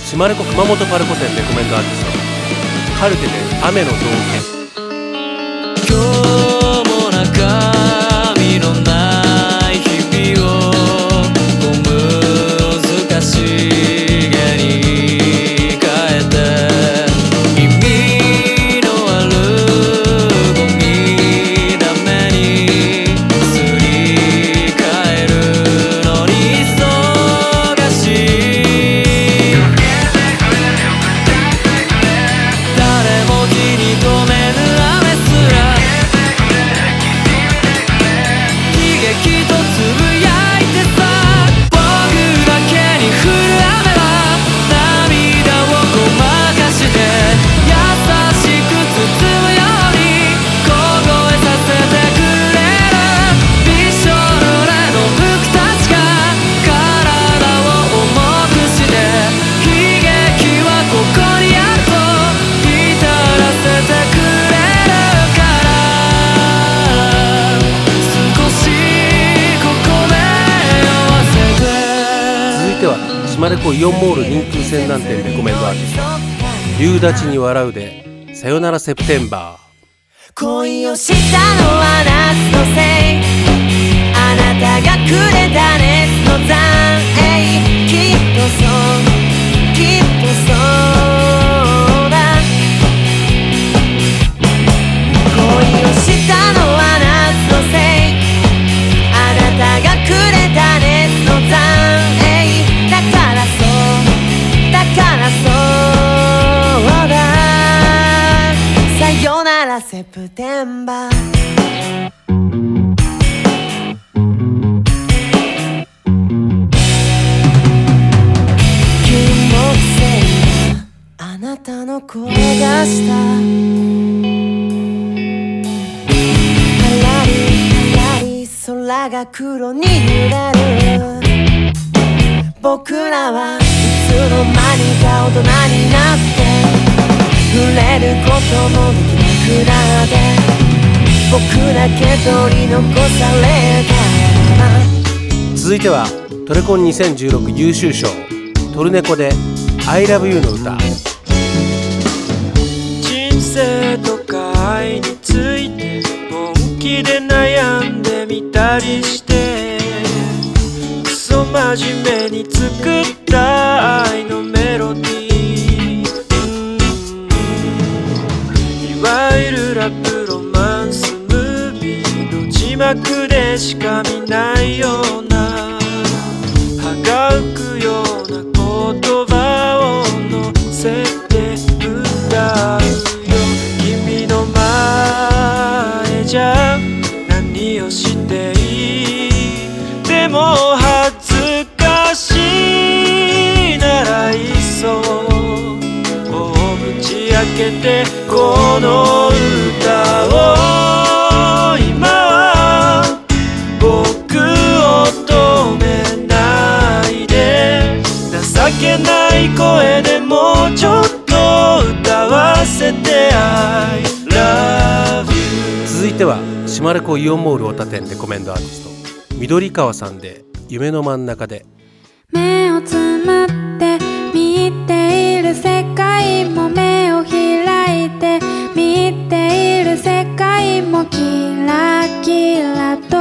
島根湖熊本パルコ店レコメンドアーティストカルテで雨の道化。 今日も中身のない日々を小難しげに変えて意味のあるゴミだめにすり替えるのに忙しい。誰も気に留めぬ雨すら悲劇とつぶやいてさ、僕だけに降る雨は涙をごまかして優しく包むように凍えさせてくれる。びしょ濡れの僕たちが体を重くして悲劇はここにあると至らせてくれるから、少しここで合わせて。 続いては島根湖イオンモール人空船団店レコメンドアーティスト夕立ちに笑うでさよならセプテンバー。 恋をしたのは夏のせい、あなたがくれた熱の残影、きっとそう、きっとそうだ。恋をしたのは夏のせい、あなたがくれた熱の残影、だからそう、だからそうだ。さよならセプテンバー。金木犀があなたの声がした、はらりはらり空が黒に揺れる。僕らはいつの間にか大人になって触れることもできなくなって、僕だけ取り残された。 続いてはトレコン2016優秀賞トルネコで I love you の歌。 人生とか愛について本気で悩んでみたりして、クソ真面目に作った愛のメロディー、いわゆるラブロマンスムービーの字幕でしか見ないような歯が浮くような言葉を乗せて歌うよ。君の前じゃ何をしていい、でも恥ずかしいならいっそぶち開けてこの歌を、今は僕を止めないで、情けない声でもうちょっと歌わせて I love you。 続いては島根湖イオンモール太田店レコメンドアーティスト緑川さんで夢の真ん中で。 目をつむって見ている世界も目を開いて見ている世界もキラキラと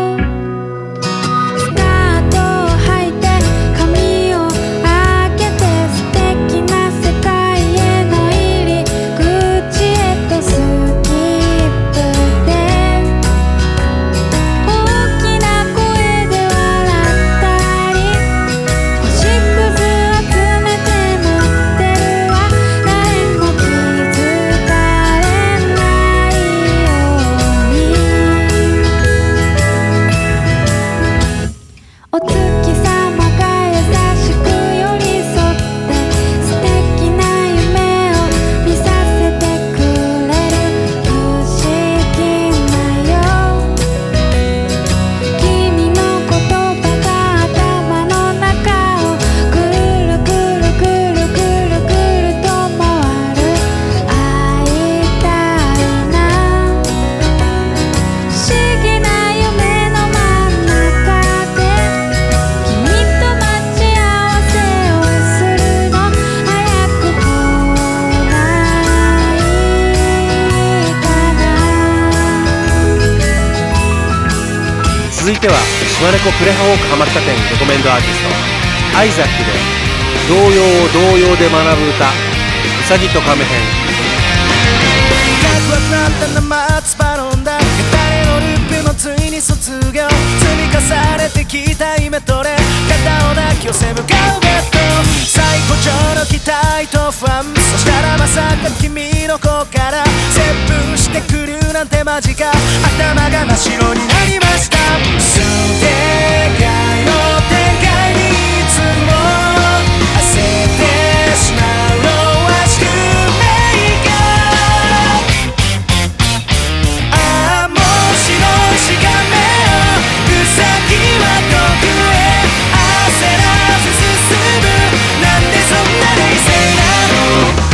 スカートを履いて髪を開けて素敵な世界への入り口へとスキップで大きな声で笑ったり星屑集ては島根湖プレハウォーク浜北店レコメンドアーティストアイザックで童謡を童謡で学ぶ歌うさぎと亀編。 かっこよくなった生つば飲んだ誰のループもついに卒業積み重ねてきたイメトレ肩を抱き寄せ向かうベッド最高潮の期待と不安そしたらまさか君の子から接吻してくるなんてマジか頭が真っ白になりました想定外の展開にいつも焦ってしまうのは宿命かああもしもしがめようさぎは遠くへ焦らず進むなんでそんな冷静なの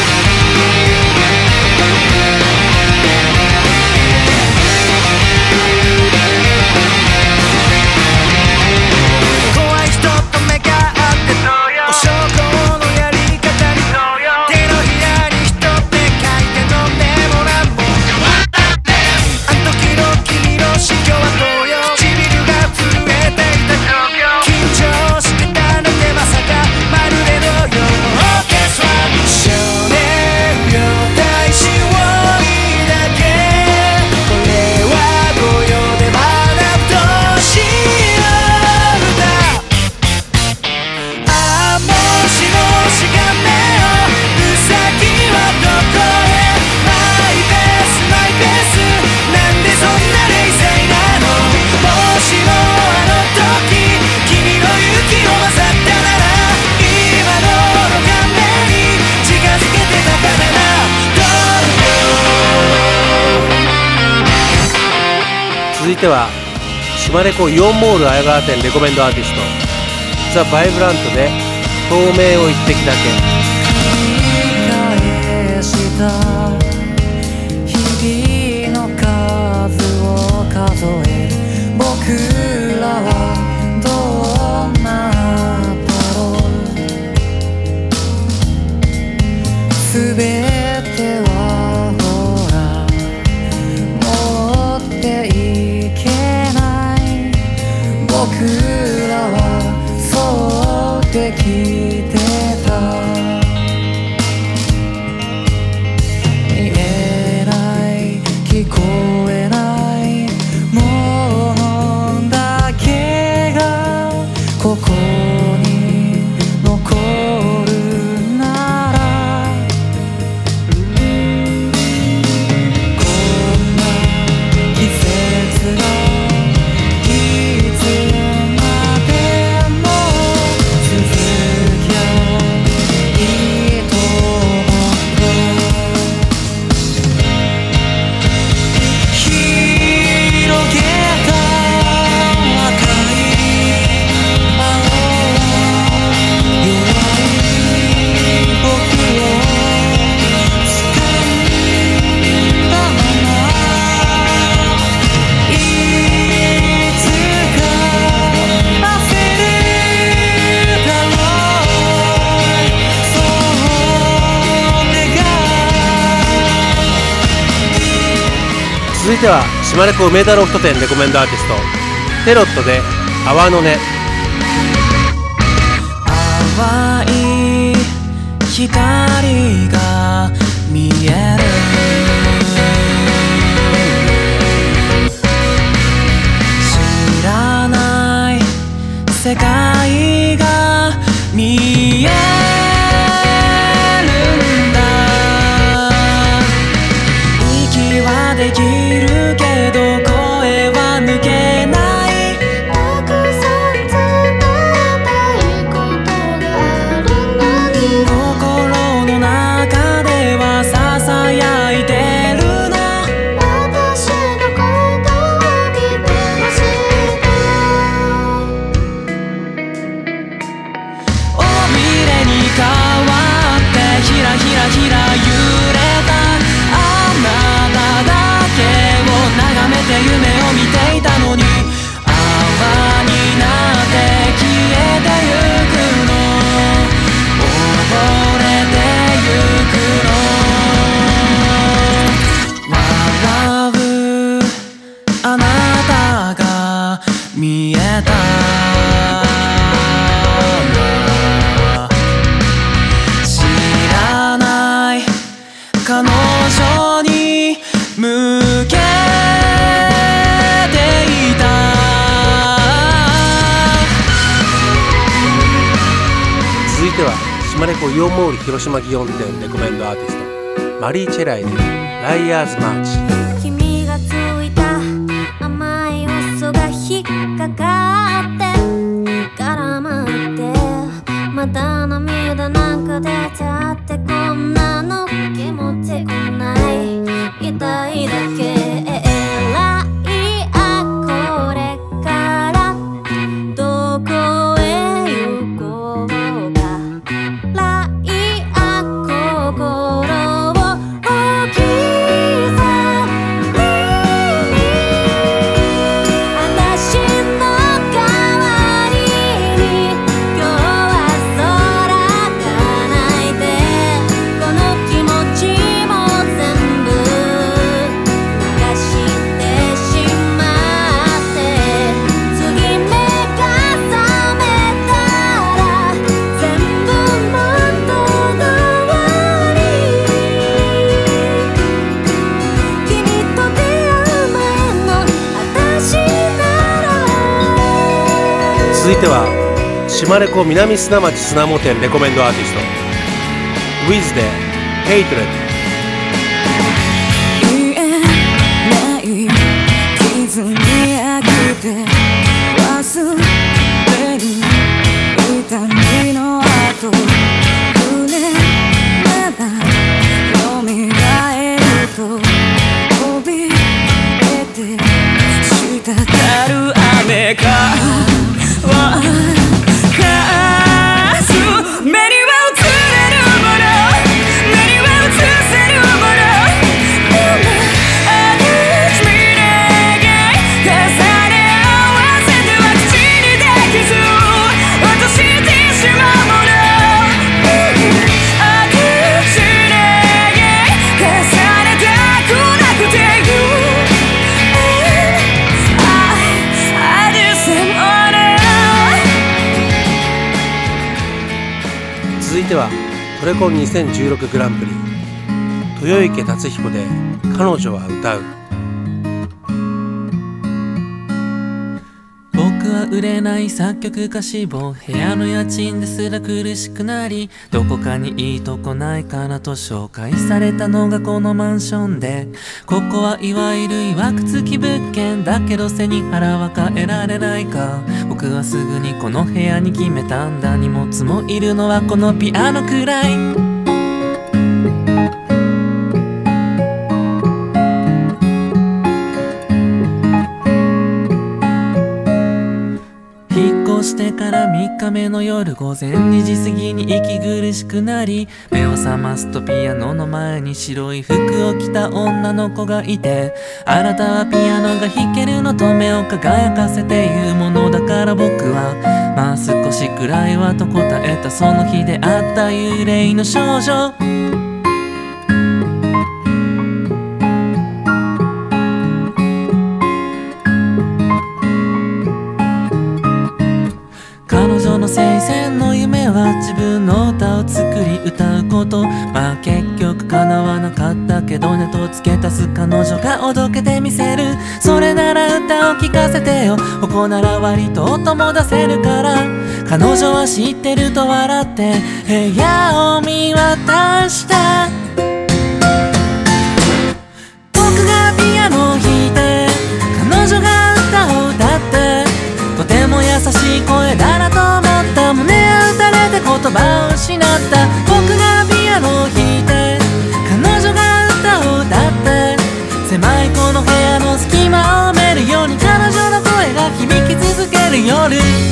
怖い人と目が合ってお焼香のやり方に手のひらに人って書いて飲んでもらうもんあん時の君の心境はどうよ唇が震えていた緊張してたなんてまさかまるでのようオーケストラ少年よ大志を抱けこれは御用で学ぶ年よだああもしもしがめようさぎはどこへマイペースマイペースなんでそんな冷静なのもしもあの時君の勇気を勝ったなら今の画面に近づけてたからなど続いては島根湖イオンモール綾川店レコメンドアーティストザ・バイブラントで透明を一滴だけ。 返した日々の数を数え僕らはどうなったろうすべてはほら持っていけない僕らはそうできてた見えない聞こえないものだけがここに残るならこんな季節がいつまでも続きゃいいと思った広げた赤い青弱い僕を掴んだままいつか焦るだろうそう願う続いては島根湖梅田ロフト店レコメンドアーティストテロットで泡の音。 淡い光が見える知らない世界が見えるんだ息はできるけど声は抜けないたくさん伝えたいことがあるのに心の中ては島根湖イオンモール広島祇園店レコメンドアーティストマリー・チェライでライアーズ・マーチ。 君がついた甘い嘘が引っかかって絡まってまた涙なんか出ちゃってこんなの気持ちこない痛いだけ続いては島根湖南砂町砂も店レコメンドアーティスト Wiz で Hatred。 言えない傷に飽きて忘れる痛みの後船なら蘇ると飛び出て滴る雨かわかす目には映れるもの目には映せるもの歩み願い重ね合わせては口にできず落としてしまうもの歩み願い重ねたくなくて I just am on it。 続いてはトレコン2016グランプリ豊池達彦で彼女は歌う。 僕は売れない作曲家志望部屋の家賃ですら苦しくなりどこかにいいとこないかなと紹介されたのがこのマンションでここはいわゆる曰く付き物件だけど背に腹は変えられないか僕はすぐにこの部屋に決めたんだ荷物もいるのはこのピアノくらいしてから3日目の夜午前2時過ぎに息苦しくなり目を覚ますとピアノの前に白い服を着た女の子がいてあなたはピアノが弾けるのと目を輝かせて言うものだから僕はまあ少しくらいはと答えたその日で会った幽霊の少女生前の夢は自分の歌を作り歌うことまあ結局叶わなかったけどネと付け足す彼女がおどけてみせるそれなら歌を聴かせてよここなら割と音も出せるから彼女は知ってると笑って部屋を見渡した僕がピアノを弾いて彼女が歌を歌ってとても優しい声だなと思った胸を打たれて言葉を失った僕がピアノを弾いて彼女が歌を歌って狭いこの部屋の隙間を埋めるように彼女の声が響き続ける夜